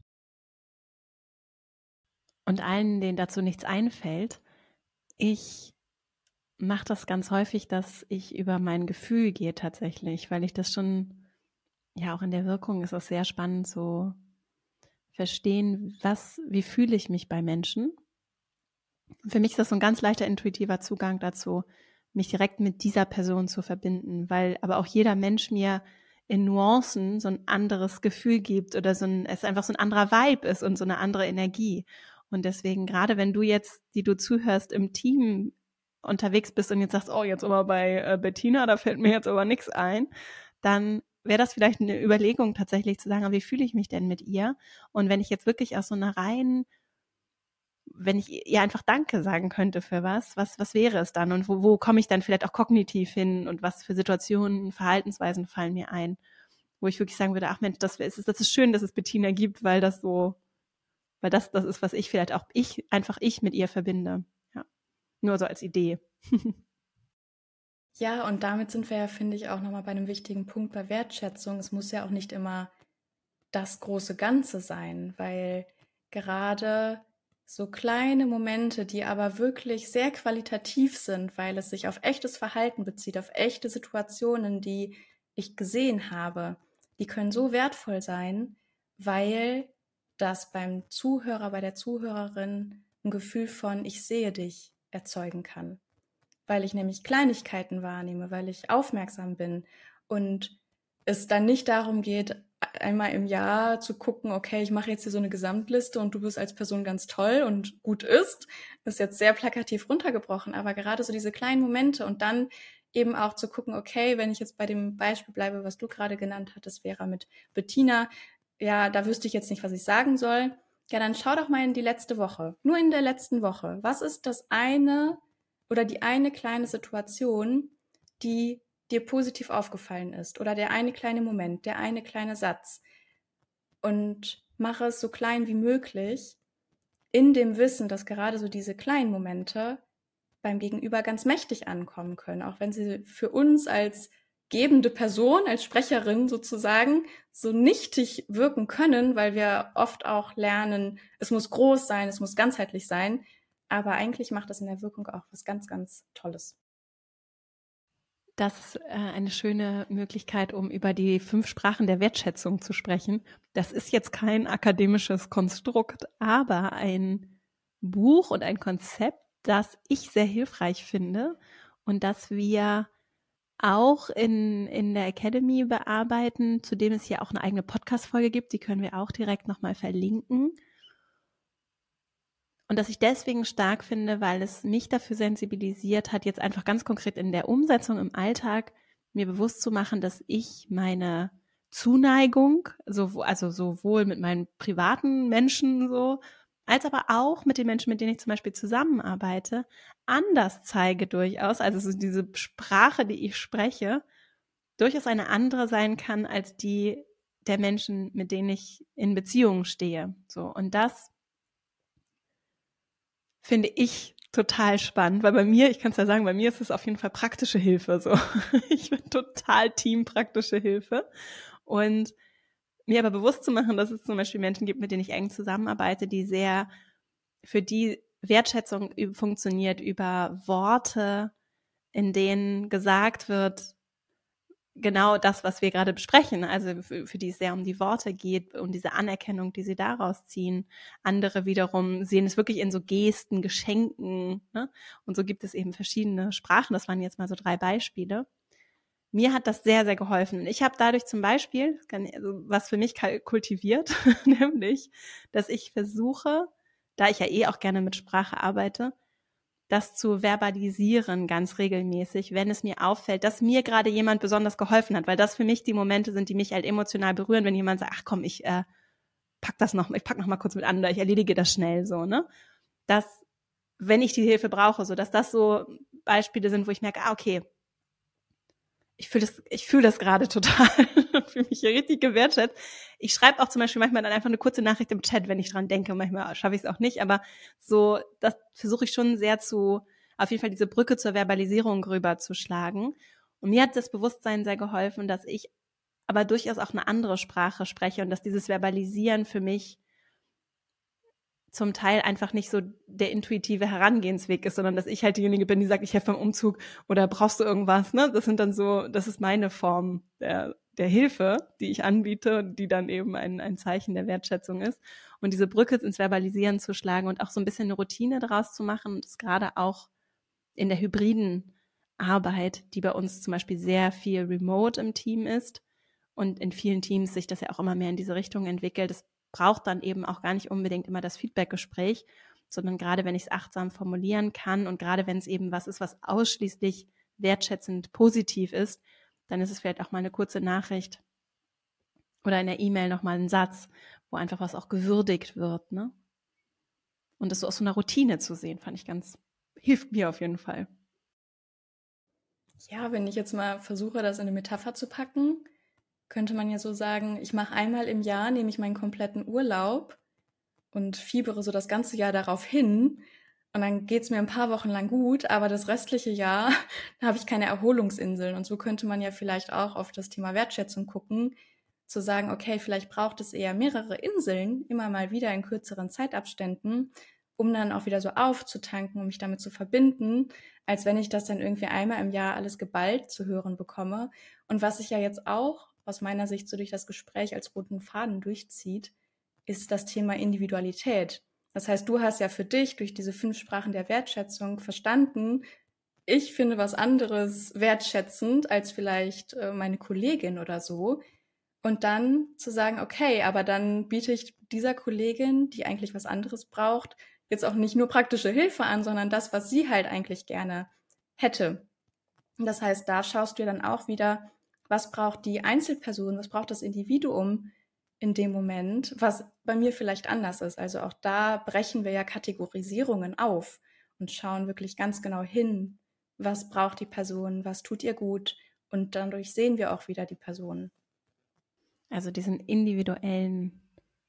Und allen, denen dazu nichts einfällt, ich mache das ganz häufig, dass ich über mein Gefühl gehe tatsächlich, weil ich das schon, ja auch in der Wirkung ist es sehr spannend, so verstehen, wie fühle ich mich bei Menschen. Für mich ist das so ein ganz leichter intuitiver Zugang dazu, mich direkt mit dieser Person zu verbinden, weil aber auch jeder Mensch mir in Nuancen so ein anderes Gefühl gibt oder es einfach so ein anderer Vibe ist und so eine andere Energie. Und deswegen, gerade wenn du jetzt, die du zuhörst, im Team unterwegs bist und jetzt sagst, oh, jetzt aber bei Bettina, da fällt mir jetzt aber nichts ein, dann wäre das vielleicht eine Überlegung tatsächlich zu sagen, wie fühle ich mich denn mit ihr? Und wenn ich jetzt wirklich aus so einer reinen, wenn ich ihr einfach Danke sagen könnte für was wäre es dann? Und wo komme ich dann vielleicht auch kognitiv hin? Und was für Situationen, Verhaltensweisen fallen mir ein? Wo ich wirklich sagen würde, ach Mensch, das ist schön, dass es Bettina gibt, weil das ist, was ich vielleicht auch ich mit ihr verbinde. Ja. Nur so als Idee. Ja, und damit sind wir ja, finde ich, auch nochmal bei einem wichtigen Punkt bei Wertschätzung. Es muss ja auch nicht immer das große Ganze sein, weil gerade so kleine Momente, die aber wirklich sehr qualitativ sind, weil es sich auf echtes Verhalten bezieht, auf echte Situationen, die ich gesehen habe, die können so wertvoll sein, weil das beim Zuhörer, bei der Zuhörerin ein Gefühl von ich sehe dich erzeugen kann. Weil ich nämlich Kleinigkeiten wahrnehme, weil ich aufmerksam bin und es dann nicht darum geht, einmal im Jahr zu gucken, okay, ich mache jetzt hier so eine Gesamtliste und du bist als Person ganz toll und gut ist jetzt sehr plakativ runtergebrochen, aber gerade so diese kleinen Momente und dann eben auch zu gucken, okay, wenn ich jetzt bei dem Beispiel bleibe, was du gerade genannt hattest, Vera, mit Bettina, ja, da wüsste ich jetzt nicht, was ich sagen soll. Ja, dann schau doch mal in die letzte Woche. Nur in der letzten Woche. Was ist das eine oder die eine kleine Situation, die dir positiv aufgefallen ist oder der eine kleine Moment, der eine kleine Satz und mache es so klein wie möglich in dem Wissen, dass gerade so diese kleinen Momente beim Gegenüber ganz mächtig ankommen können, auch wenn sie für uns als gebende Person, als Sprecherin sozusagen so nichtig wirken können, weil wir oft auch lernen, es muss groß sein, es muss ganzheitlich sein, aber eigentlich macht das in der Wirkung auch was ganz, ganz Tolles. Das ist eine schöne Möglichkeit, um über die 5 Sprachen der Wertschätzung zu sprechen. Das ist jetzt kein akademisches Konstrukt, aber ein Buch und ein Konzept, das ich sehr hilfreich finde und das wir auch in der Academy bearbeiten, zu dem es hier auch eine eigene Podcast-Folge gibt. Die können wir auch direkt nochmal verlinken. Und dass ich deswegen stark finde, weil es mich dafür sensibilisiert hat, jetzt einfach ganz konkret in der Umsetzung im Alltag mir bewusst zu machen, dass ich meine Zuneigung, also sowohl mit meinen privaten Menschen so, als aber auch mit den Menschen, mit denen ich zum Beispiel zusammenarbeite, anders zeige durchaus. Also so diese Sprache, die ich spreche, durchaus eine andere sein kann als die der Menschen, mit denen ich in Beziehungen stehe. So, und das finde ich total spannend, weil ich kann es ja sagen, bei mir ist es auf jeden Fall praktische Hilfe. So, ich bin total Team praktische Hilfe und mir aber bewusst zu machen, dass es zum Beispiel Menschen gibt, mit denen ich eng zusammenarbeite, für die Wertschätzung funktioniert über Worte, in denen gesagt wird, genau das, was wir gerade besprechen, also für die es sehr um die Worte geht, um diese Anerkennung, die sie daraus ziehen. Andere wiederum sehen es wirklich in so Gesten, Geschenken, ne? Und so gibt es eben verschiedene Sprachen. Das waren jetzt mal so 3 Beispiele. Mir hat das sehr, sehr geholfen. Und ich habe dadurch zum Beispiel, was für mich kultiviert, nämlich, dass ich versuche, da ich ja auch gerne mit Sprache arbeite, das zu verbalisieren ganz regelmäßig, wenn es mir auffällt, dass mir gerade jemand besonders geholfen hat, weil das für mich die Momente sind, die mich halt emotional berühren, wenn jemand sagt, ach komm, ich pack noch mal kurz mit an oder ich erledige das schnell so, ne? Dass, wenn ich die Hilfe brauche, so dass das so Beispiele sind, wo ich merke, okay, ich fühle das gerade total, fühle mich hier richtig gewertschätzt. Ich schreibe auch zum Beispiel manchmal dann einfach eine kurze Nachricht im Chat, wenn ich dran denke. Manchmal schaffe ich es auch nicht, aber so, das versuche ich schon sehr auf jeden Fall diese Brücke zur Verbalisierung rüberzuschlagen. Und mir hat das Bewusstsein sehr geholfen, dass ich aber durchaus auch eine andere Sprache spreche und dass dieses Verbalisieren für mich zum Teil einfach nicht so der intuitive Herangehensweg ist, sondern dass ich halt diejenige bin, die sagt, ich helfe beim Umzug oder brauchst du irgendwas, ne? Das ist meine Form der Hilfe, die ich anbiete und die dann eben ein Zeichen der Wertschätzung ist. Und diese Brücke ins Verbalisieren zu schlagen und auch so ein bisschen eine Routine daraus zu machen und das gerade auch in der hybriden Arbeit, die bei uns zum Beispiel sehr viel remote im Team ist und in vielen Teams sich das ja auch immer mehr in diese Richtung entwickelt. Es braucht dann eben auch gar nicht unbedingt immer das Feedbackgespräch, sondern gerade wenn ich es achtsam formulieren kann und gerade wenn es eben was ist, was ausschließlich wertschätzend positiv ist, dann ist es vielleicht auch mal eine kurze Nachricht oder in der E-Mail nochmal ein Satz, wo einfach was auch gewürdigt wird, ne? Und das so aus so einer Routine zu sehen, hilft mir auf jeden Fall. Ja, wenn ich jetzt mal versuche, das in eine Metapher zu packen, könnte man ja so sagen, ich mache einmal im Jahr, nehme ich meinen kompletten Urlaub und fiebere so das ganze Jahr darauf hin. Und dann geht es mir ein paar Wochen lang gut, aber das restliche Jahr habe ich keine Erholungsinseln. Und so könnte man ja vielleicht auch auf das Thema Wertschätzung gucken, zu sagen, okay, vielleicht braucht es eher mehrere Inseln, immer mal wieder in kürzeren Zeitabständen, um dann auch wieder so aufzutanken, um mich damit zu verbinden, als wenn ich das dann irgendwie einmal im Jahr alles geballt zu hören bekomme. Und was sich ja jetzt auch aus meiner Sicht so durch das Gespräch als roten Faden durchzieht, ist das Thema Individualität. Das heißt, du hast ja für dich durch diese 5 Sprachen der Wertschätzung verstanden, ich finde was anderes wertschätzend als vielleicht meine Kollegin oder so. Und dann zu sagen, okay, aber dann biete ich dieser Kollegin, die eigentlich was anderes braucht, jetzt auch nicht nur praktische Hilfe an, sondern das, was sie halt eigentlich gerne hätte. Das heißt, da schaust du dann auch wieder, was braucht die Einzelperson, was braucht das Individuum in dem Moment, was bei mir vielleicht anders ist. Also auch da brechen wir ja Kategorisierungen auf und schauen wirklich ganz genau hin, was braucht die Person, was tut ihr gut, und dadurch sehen wir auch wieder die Person. Also diesen individuellen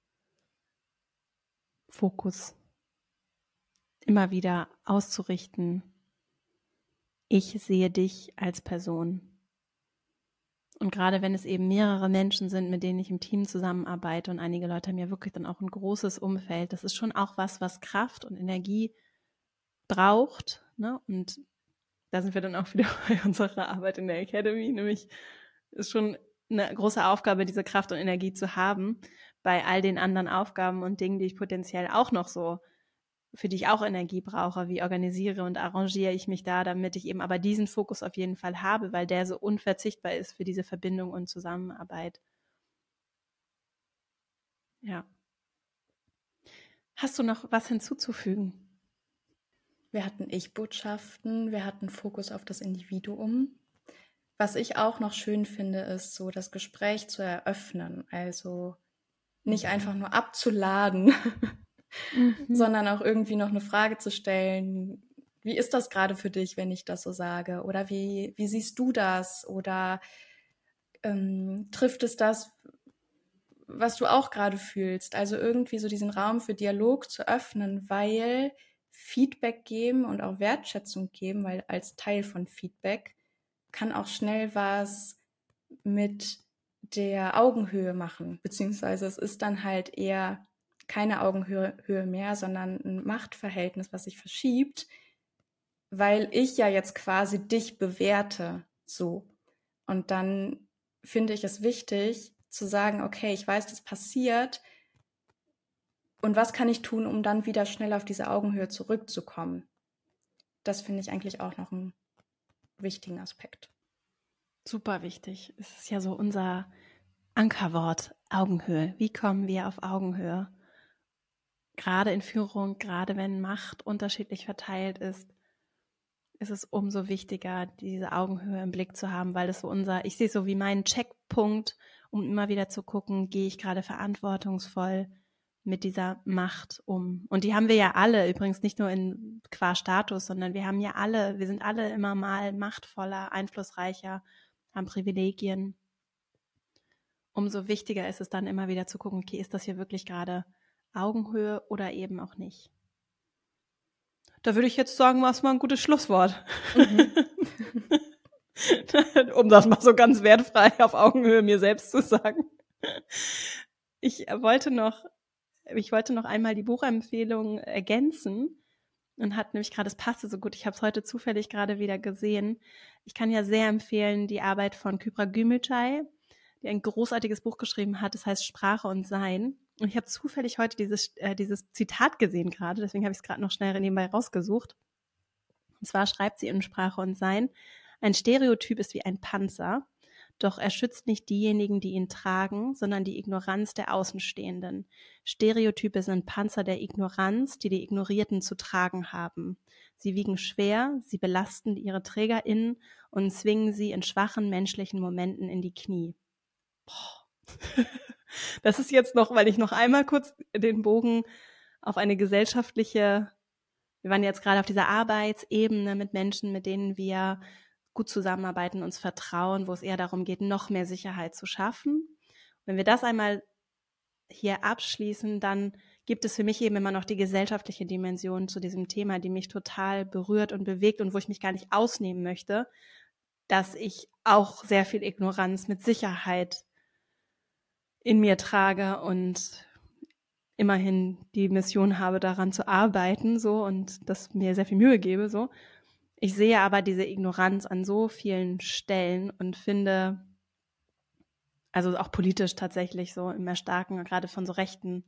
Fokus immer wieder auszurichten. Ich sehe dich als Person. Und gerade wenn es eben mehrere Menschen sind, mit denen ich im Team zusammenarbeite und einige Leute haben ja wirklich dann auch ein großes Umfeld, das ist schon auch was Kraft und Energie braucht, ne? Und da sind wir dann auch wieder bei unserer Arbeit in der Academy, nämlich ist schon eine große Aufgabe, diese Kraft und Energie zu haben bei all den anderen Aufgaben und Dingen, die ich potenziell auch noch so, für die ich auch Energie brauche, wie organisiere und arrangiere ich mich da, damit ich eben aber diesen Fokus auf jeden Fall habe, weil der so unverzichtbar ist für diese Verbindung und Zusammenarbeit. Ja. Hast du noch was hinzuzufügen? Wir hatten Ich-Botschaften, wir hatten Fokus auf das Individuum. Was ich auch noch schön finde, ist so das Gespräch zu eröffnen, also nicht einfach nur abzuladen, sondern auch irgendwie noch eine Frage zu stellen. Wie ist das gerade für dich, wenn ich das so sage? Oder wie siehst du das? Oder trifft es das, was du auch gerade fühlst? Also irgendwie so diesen Raum für Dialog zu öffnen, weil Feedback geben und auch Wertschätzung geben, weil als Teil von Feedback kann auch schnell was mit der Augenhöhe machen, beziehungsweise es ist dann halt eher keine Augenhöhe mehr, sondern ein Machtverhältnis, was sich verschiebt, weil ich ja jetzt quasi dich bewerte, so. Und dann finde ich es wichtig zu sagen, okay, ich weiß, das passiert, und was kann ich tun, um dann wieder schnell auf diese Augenhöhe zurückzukommen? Das finde ich eigentlich auch noch einen wichtigen Aspekt. Super wichtig. Es ist ja so unser Ankerwort, Augenhöhe. Wie kommen wir auf Augenhöhe? Gerade in Führung, gerade wenn Macht unterschiedlich verteilt ist es umso wichtiger, diese Augenhöhe im Blick zu haben, weil das so ich sehe es so wie meinen Checkpunkt, um immer wieder zu gucken, gehe ich gerade verantwortungsvoll mit dieser Macht um. Und die haben wir ja alle, übrigens nicht nur qua Status, sondern wir sind alle immer mal machtvoller, einflussreicher, haben Privilegien. Umso wichtiger ist es dann immer wieder zu gucken, okay, ist das hier wirklich gerade Augenhöhe oder eben auch nicht? Da würde ich jetzt sagen, war es mal ein gutes Schlusswort. Mhm. Um das mal so ganz wertfrei auf Augenhöhe mir selbst zu sagen. Ich wollte noch einmal die Buchempfehlung ergänzen und hat nämlich gerade, es passte so gut, ich habe es heute zufällig gerade wieder gesehen. Ich kann ja sehr empfehlen die Arbeit von Kübra Gümüşay, die ein großartiges Buch geschrieben hat, das heißt Sprache und Sein. Und ich habe zufällig heute dieses Zitat gesehen gerade, deswegen habe ich es gerade noch schnell nebenbei rausgesucht. Und zwar schreibt sie in Sprache und Sein: Ein Stereotyp ist wie ein Panzer, doch er schützt nicht diejenigen, die ihn tragen, sondern die Ignoranz der Außenstehenden. Stereotype sind Panzer der Ignoranz, die Ignorierten zu tragen haben. Sie wiegen schwer, sie belasten ihre TrägerInnen und zwingen sie in schwachen menschlichen Momenten in die Knie. Boah. Das ist jetzt noch, weil ich noch einmal kurz den Bogen auf eine gesellschaftliche, wir waren jetzt gerade auf dieser Arbeitsebene mit Menschen, mit denen wir gut zusammenarbeiten, uns vertrauen, wo es eher darum geht, noch mehr Sicherheit zu schaffen. Wenn wir das einmal hier abschließen, dann gibt es für mich eben immer noch die gesellschaftliche Dimension zu diesem Thema, die mich total berührt und bewegt und wo ich mich gar nicht ausnehmen möchte, dass ich auch sehr viel Ignoranz mit Sicherheit in mir trage und immerhin die Mission habe, daran zu arbeiten, so, und das mir sehr viel Mühe gebe, so. Ich sehe aber diese Ignoranz an so vielen Stellen und finde, also auch politisch tatsächlich so immer starken, gerade von so rechten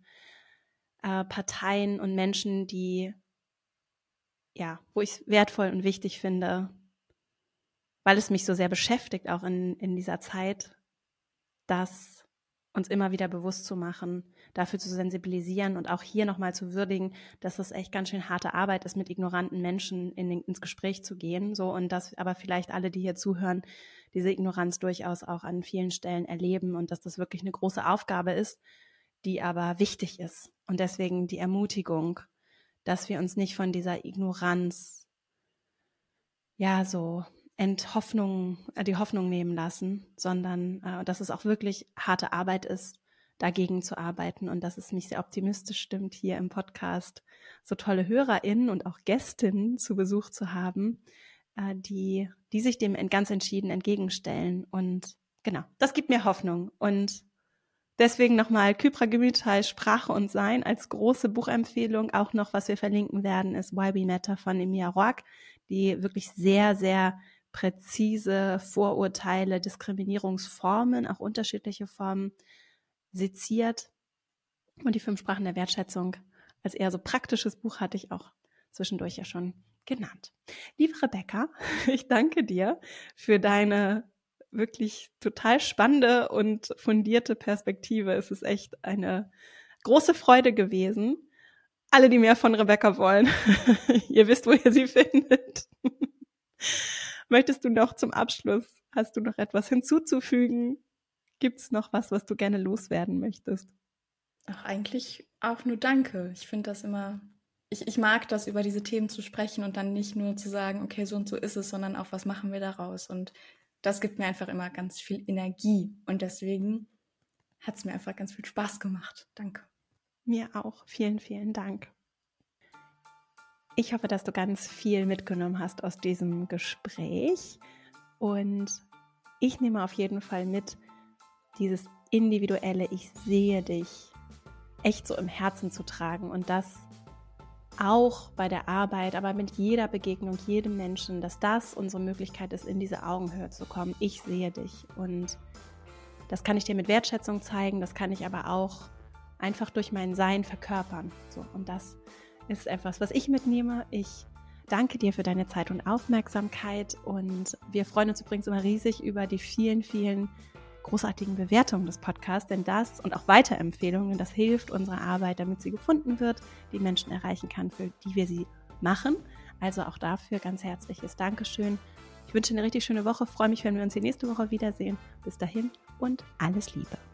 Parteien und Menschen, die, ja, wo ich es wertvoll und wichtig finde, weil es mich so sehr beschäftigt, auch in dieser Zeit, dass uns immer wieder bewusst zu machen, dafür zu sensibilisieren und auch hier nochmal zu würdigen, dass es echt ganz schön harte Arbeit ist, mit ignoranten Menschen ins Gespräch zu gehen, so, und dass aber vielleicht alle, die hier zuhören, diese Ignoranz durchaus auch an vielen Stellen erleben und dass das wirklich eine große Aufgabe ist, die aber wichtig ist. Und deswegen die Ermutigung, dass wir uns nicht von dieser Ignoranz, ja, so die Hoffnung nehmen lassen, sondern dass es auch wirklich harte Arbeit ist, dagegen zu arbeiten und dass es mich sehr optimistisch stimmt, hier im Podcast so tolle HörerInnen und auch Gästinnen zu Besuch zu haben, die sich dem ganz entschieden entgegenstellen. Und genau, das gibt mir Hoffnung. Und deswegen nochmal Kypra Gümüşay, Sprache und Sein als große Buchempfehlung. Auch noch, was wir verlinken werden, ist Why We Matter von Emilia Roark, die wirklich sehr, sehr präzise Vorurteile, Diskriminierungsformen, auch unterschiedliche Formen seziert. Und die 5 Sprachen der Wertschätzung als eher so praktisches Buch hatte ich auch zwischendurch ja schon genannt. Liebe Rebecca, ich danke dir für deine wirklich total spannende und fundierte Perspektive. Es ist echt eine große Freude gewesen. Alle, die mehr von Rebecca wollen, ihr wisst, wo ihr sie findet. Möchtest du noch zum Abschluss, hast du noch etwas hinzuzufügen? Gibt es noch was du gerne loswerden möchtest? Ach, eigentlich auch nur Danke. Ich finde das immer, ich mag das, über diese Themen zu sprechen und dann nicht nur zu sagen, okay, so und so ist es, sondern auch, was machen wir daraus? Und das gibt mir einfach immer ganz viel Energie. Und deswegen hat es mir einfach ganz viel Spaß gemacht. Danke. Mir auch. Vielen, vielen Dank. Ich hoffe, dass du ganz viel mitgenommen hast aus diesem Gespräch. Und ich nehme auf jeden Fall mit, dieses individuelle Ich sehe dich echt so im Herzen zu tragen und das auch bei der Arbeit, aber mit jeder Begegnung, jedem Menschen, dass das unsere Möglichkeit ist, in diese Augenhöhe zu kommen. Ich sehe dich und das kann ich dir mit Wertschätzung zeigen, das kann ich aber auch einfach durch mein Sein verkörpern. So, und das ist etwas, was ich mitnehme. Ich danke dir für deine Zeit und Aufmerksamkeit und wir freuen uns übrigens immer riesig über die vielen, vielen großartigen Bewertungen des Podcasts, denn das und auch Weiterempfehlungen, das hilft unserer Arbeit, damit sie gefunden wird, die Menschen erreichen kann, für die wir sie machen. Also auch dafür ganz herzliches Dankeschön. Ich wünsche eine richtig schöne Woche, freue mich, wenn wir uns die nächste Woche wiedersehen. Bis dahin und alles Liebe.